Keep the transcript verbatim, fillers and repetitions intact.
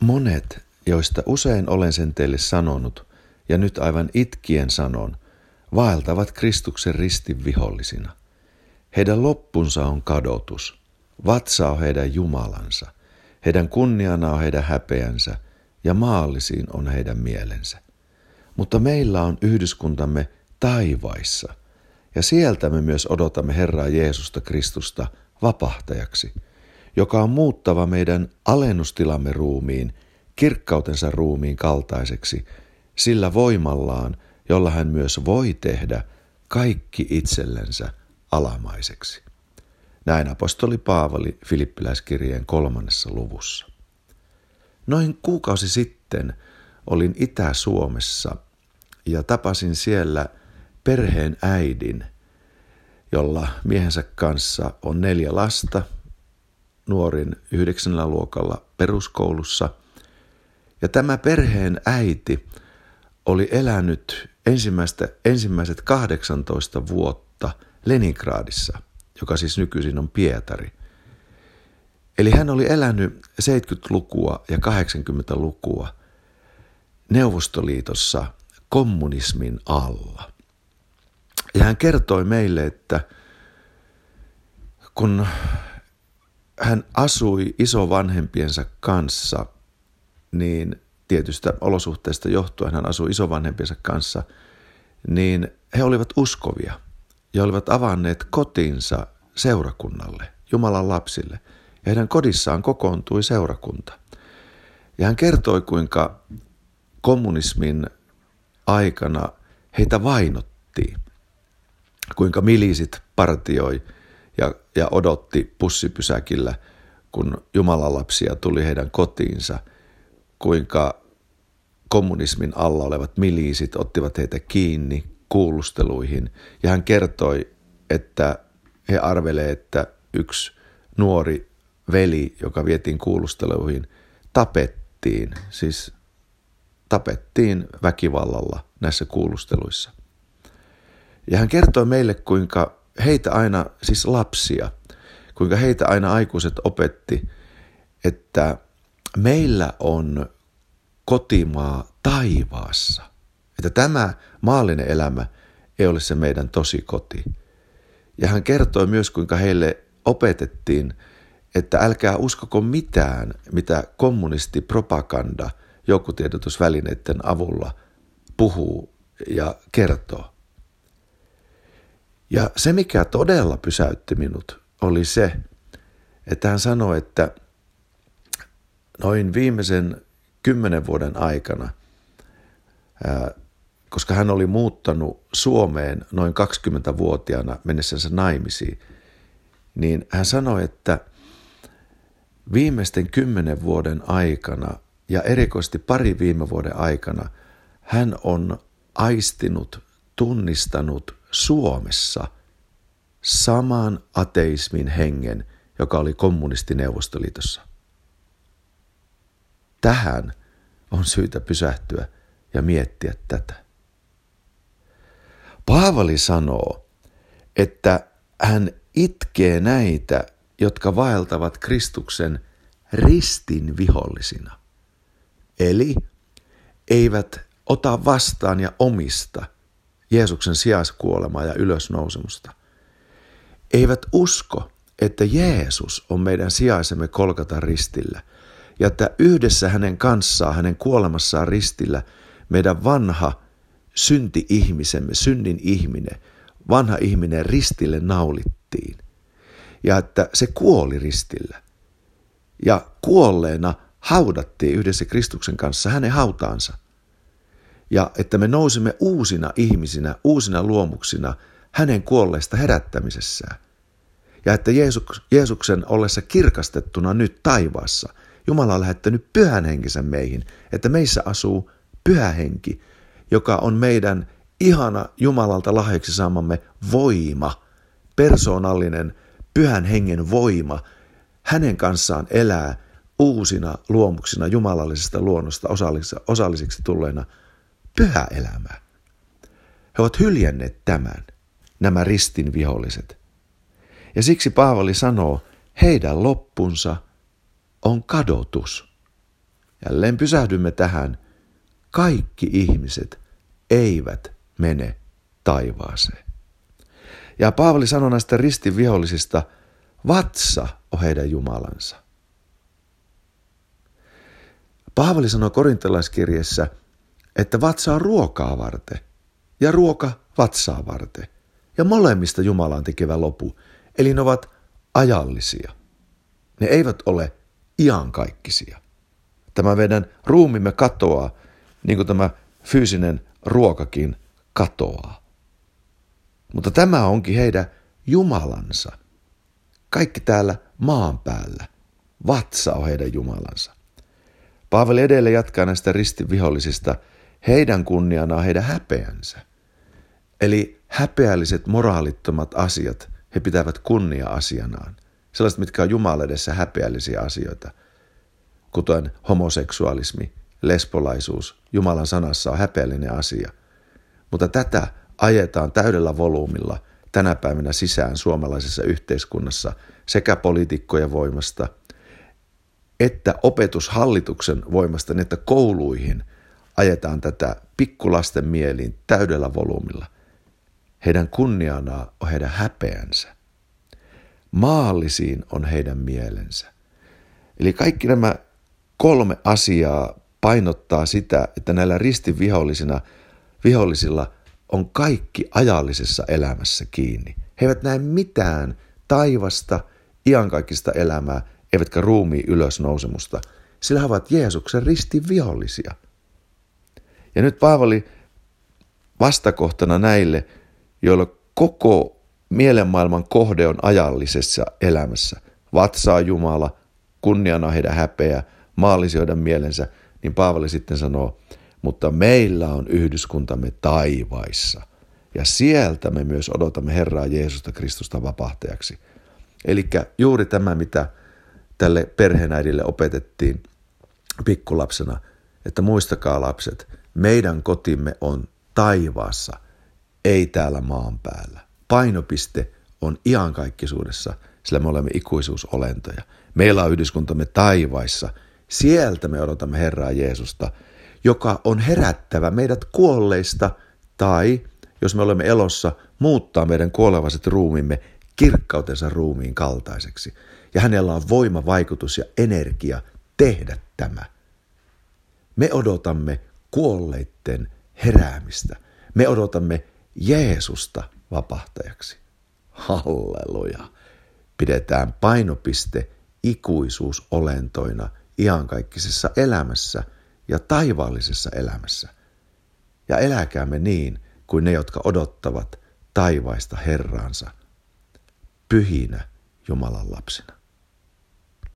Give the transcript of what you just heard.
Monet, joista usein olen sen teille sanonut, ja nyt aivan itkien sanon, vaeltavat Kristuksen ristin vihollisina. Heidän loppunsa on kadotus, vatsa on heidän jumalansa, heidän kunniana on heidän häpeänsä, ja maallisiin on heidän mielensä. Mutta meillä on yhdyskuntamme taivaissa, ja sieltä me myös odotamme Herraa Jeesusta Kristusta vapahtajaksi, joka on muuttava meidän alennustilamme ruumiin, kirkkautensa ruumiin kaltaiseksi, sillä voimallaan, jolla hän myös voi tehdä kaikki itsellensä alamaiseksi. Näin apostoli Paavali Filippiläiskirjeen kolmannessa luvussa. Noin kuukausi sitten olin Itä-Suomessa ja tapasin siellä perheen äidin, jolla miehensä kanssa on neljä lasta, nuorin yhdeksännellä luokalla peruskoulussa. Ja tämä perheen äiti oli elänyt ensimmäistä, ensimmäiset kahdeksantoista vuotta Leningradissa, joka siis nykyisin on Pietari. Eli hän oli elänyt seitsemänkymmentälukua ja kahdeksankymmentälukua Neuvostoliitossa kommunismin alla. Ja hän kertoi meille, että kun hän asui isovanhempiensa kanssa, niin tietystä olosuhteista johtuen hän asui isovanhempiensa kanssa, niin he olivat uskovia ja olivat avanneet kotinsa seurakunnalle, Jumalan lapsille. Ja heidän kodissaan kokoontui seurakunta. Ja hän kertoi, kuinka kommunismin aikana heitä vainottiin, kuinka miliisit partioi ja, ja odotti pussipysäkillä, kun Jumalan lapsia tuli heidän kotiinsa, kuinka kommunismin alla olevat miliisit ottivat heitä kiinni kuulusteluihin. Ja hän kertoi, että he arvelee, että yksi nuori veli, joka vietiin kuulusteluihin, tapettiin, siis tapettiin väkivallalla näissä kuulusteluissa. Ja hän kertoi meille, kuinka heitä aina, siis lapsia, kuinka heitä aina aikuiset opetti, että meillä on kotimaa taivaassa. Että tämä maallinen elämä ei ole se meidän tosi koti. Ja hän kertoi myös, kuinka heille opetettiin, että älkää uskoko mitään, mitä kommunistipropaganda joukkotiedotusvälineiden avulla puhuu ja kertoo. Ja se, mikä todella pysäytti minut, oli se, että hän sanoi, että noin viimeisen kymmenen vuoden aikana, ää, koska hän oli muuttanut Suomeen noin kaksikymmentävuotiaana mennessänsä naimisiin, niin hän sanoi, että viimeisten kymmenen vuoden aikana ja erikoisesti pari viime vuoden aikana hän on aistinut, tunnistanut Suomessa saman ateismin hengen, joka oli kommunisti Neuvostoliitossa. Tähän on syytä pysähtyä ja miettiä tätä. Paavali sanoo, että hän itkee näitä, jotka vaeltavat Kristuksen ristin vihollisina. Eli eivät ota vastaan ja omista Jeesuksen sijaiskuolemaa ja ylösnousemusta. Eivät usko, että Jeesus on meidän sijaisemme Golgatan ristillä ja että yhdessä hänen kanssaan, hänen kuolemassaan ristillä, meidän vanha synti-ihmisemme, synnin ihminen, vanha ihminen ristille naulittiin. Ja että se kuoli ristillä. Ja kuolleena haudattiin yhdessä Kristuksen kanssa hänen hautaansa. Ja että me nousimme uusina ihmisinä, uusina luomuksina hänen kuolleesta herättämisessään. Ja että Jeesus, Jeesuksen ollessa kirkastettuna nyt taivaassa, Jumala on lähettänyt pyhän henkensä meihin, että meissä asuu pyhä henki, joka on meidän ihana Jumalalta lahjaksi saamamme voima, persoonallinen pyhän hengen voima, hänen kanssaan elää uusina luomuksina jumalallisesta luonnosta osallisiksi tulleena pyhä elämää. He ovat hyljänneet tämän, nämä ristin viholliset. Ja siksi Paavali sanoo, heidän loppunsa on kadotus. Jälleen pysähdymme tähän. Kaikki ihmiset eivät mene taivaaseen. Ja Paavali sanoi näistä ristin vihollisista, vatsa on heidän Jumalansa. Paavali sanoi korintalaiskirjeessä, että vatsa on ruokaa varten ja ruoka vatsaa varten. Ja molemmista Jumala on tekevä lopu. Eli ne ovat ajallisia. Ne eivät ole iankaikkisia. Tämä meidän ruumimme katoaa, niin kuin tämä fyysinen ruokakin katoaa. Mutta tämä onkin heidän Jumalansa. Kaikki täällä maan päällä. Vatsa on heidän Jumalansa. Paavali edelleen jatkaa näistä ristin vihollisista. Heidän kunniana on heidän häpeänsä. Eli häpeälliset, moraalittomat asiat he pitävät kunnia-asianaan. Sellaiset, mitkä on Jumalan edessä häpeällisiä asioita, kuten homoseksuaalismi, lesbolaisuus, Jumalan sanassa on häpeällinen asia. Mutta tätä ajetaan täydellä volyymilla tänä päivänä sisään suomalaisessa yhteiskunnassa sekä poliitikkojen voimasta, että opetushallituksen voimasta, niin että kouluihin ajetaan tätä pikkulasten mieliin täydellä volyymilla. Heidän kunnianaan on heidän häpeänsä. Maallisiin on heidän mielensä. Eli kaikki nämä kolme asiaa painottaa sitä, että näillä ristin vihollisina, vihollisilla on kaikki ajallisessa elämässä kiinni. He eivät näe mitään taivasta, iankaikkista elämää, eivätkä ruumiin ylösnousemusta, sillä he ovat Jeesuksen ristin vihollisia. Ja nyt Paavali vastakohtana näille, joilla koko mielenmaailman kohde on ajallisessa elämässä, vatsaa Jumala, kunniana heidän häpeä, maallisioiden mielensä, niin Paavali sitten sanoo, mutta meillä on yhdyskuntamme taivaissa. Ja sieltä me myös odotamme Herraa Jeesusta Kristusta vapahtajaksi. Eli juuri tämä, mitä tälle perheenäidille opetettiin pikkulapsena, että muistakaa lapset, meidän kotimme on taivaassa, ei täällä maan päällä. Painopiste on iankaikkisuudessa, sillä me olemme ikuisuusolentoja. Meillä on yhdyskuntamme taivaissa, sieltä me odotamme Herraa Jeesusta, joka on herättävä meidät kuolleista tai, jos me olemme elossa, muuttaa meidän kuolevaiset ruumiimme kirkkautensa ruumiin kaltaiseksi. Ja hänellä on voima, vaikutus ja energia tehdä tämä. Me odotamme kuolleitten heräämistä. Me odotamme Jeesusta vapahtajaksi. Halleluja. Pidetään painopiste ikuisuusolentoina iankaikkisessa elämässä ja taivaallisessa elämässä. Ja eläkäämme niin kuin ne, jotka odottavat taivaista Herraansa, pyhinä Jumalan lapsina.